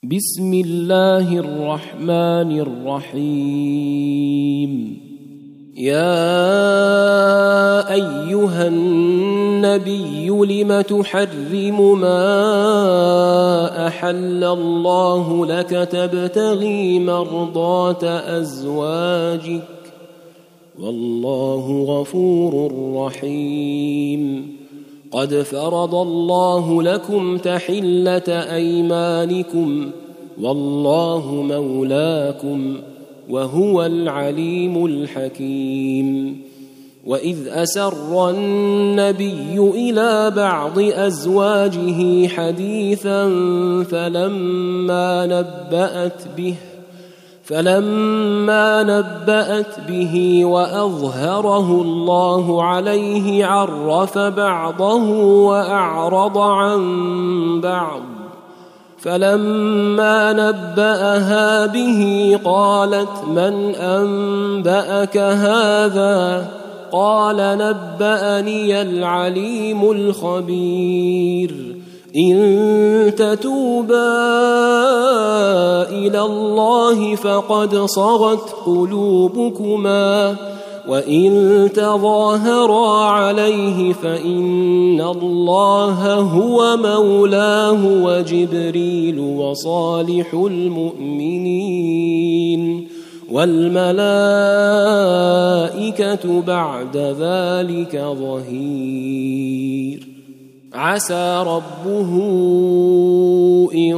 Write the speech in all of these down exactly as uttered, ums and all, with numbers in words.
بسم الله الرحمن الرحيم. يا أيها النبي لم تحرم ما أحل الله لك تبتغي مرضات أزواجك والله غفور رحيم. قد فرض الله لكم تحلة أيمانكم والله مولاكم وهو العليم الحكيم. وإذ أسر النبي إلى بعض أزواجه حديثا فلما نبأت به فلما نبأت به وأظهره الله عليه عرف بعضه وأعرض عن بعض. فلما نبأها به قالت من أنبأك هذا؟ قال نبأني العليم الخبير. إن تتوبا إلى الله فقد صغت قلوبكما وإن تظاهرا عليه فإن الله هو مولاه وجبريل وصالح المؤمنين والملائكة بعد ذلك ظهير. عسى ربه إن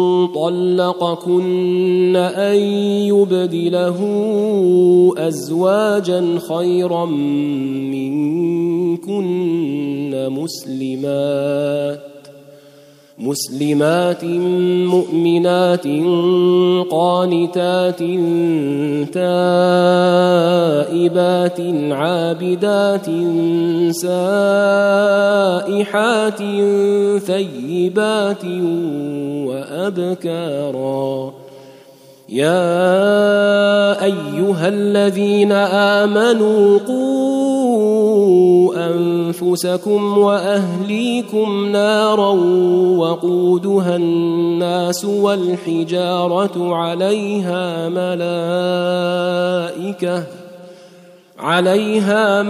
طلقكن أن يبدله أزواجا خيرا منكن مسلمات مسلمات مؤمنات قانتات تائبات عابدات سائحات ثيبات وأبكارا. يا أيها الذين آمنوا قوا أنفسكم وأهليكم نارا وقودها الناس والحجارة عليها ملائكة عليها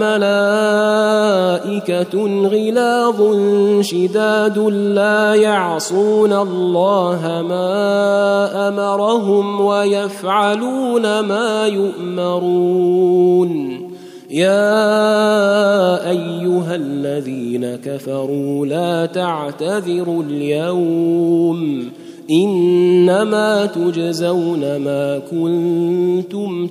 ملائكة غلاظ شداد لا يعصون الله ما أمرهم ويفعلون ما يؤمرون. يا أيها الذين كفروا لا تعتذروا اليوم إنما تجزون ما كنتم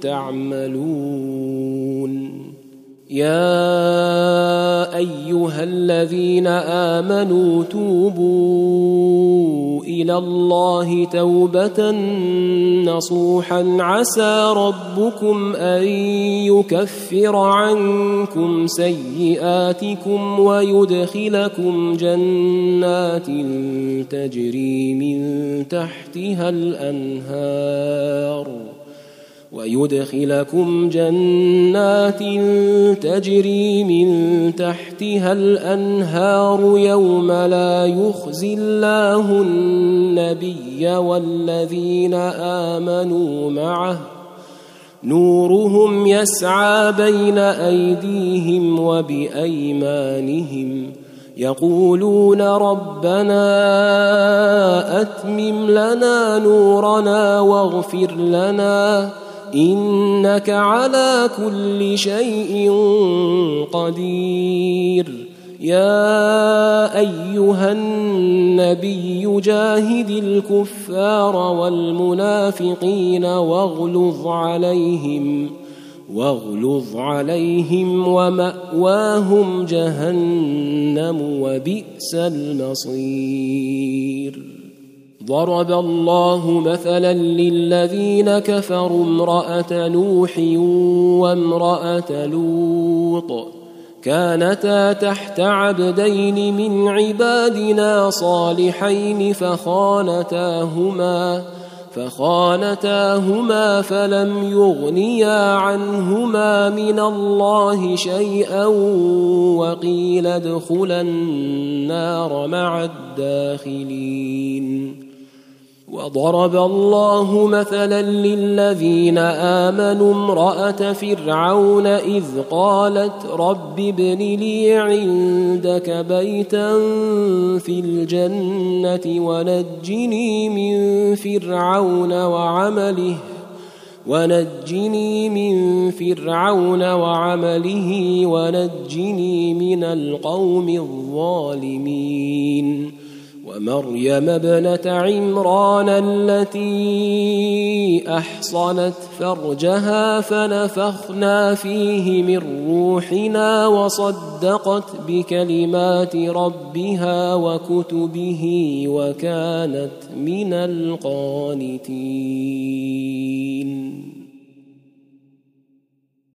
تعملون. يا أيها الذين آمنوا توبوا إلى الله توبة نصوحا عسى ربكم أن يكفر عنكم سيئاتكم ويدخلكم جنات تجري من تحتها الأنهار ويدخلكم جنات تجري من تحتها الأنهار يوم لا يخزي الله النبي والذين آمنوا معه نورهم يسعى بين أيديهم وبأيمانهم يقولون ربنا أتمم لنا نورنا واغفر لنا إنك على كل شيء قدير. يا أيها النبي جاهد الكفار والمنافقين واغلظ عليهم واغلظ عليهم ومأواهم جهنم وبئس المصير. ضرب الله مثلا للذين كفروا امرأة نوح وامرأة لوط كانتا تحت عبدين من عبادنا صالحين فخانتاهما فخانتاهما فلم يغنيا عنهما من الله شيئا وقيل ادخلا النار مع الداخلين وضرب الله مثلا للذين آمنوا امرأة فرعون إذ قالت رب ابن لي عندك بيتا في الجنة ونجني من فرعون وعمله ونجني من فرعون وعمله ونجني من القوم الظالمين ومريم ابنة عمران التي أحصنت فرجها فنفخنا فيه من روحنا وصدقت بكلمات ربها وكتبه وكانت من القانتين.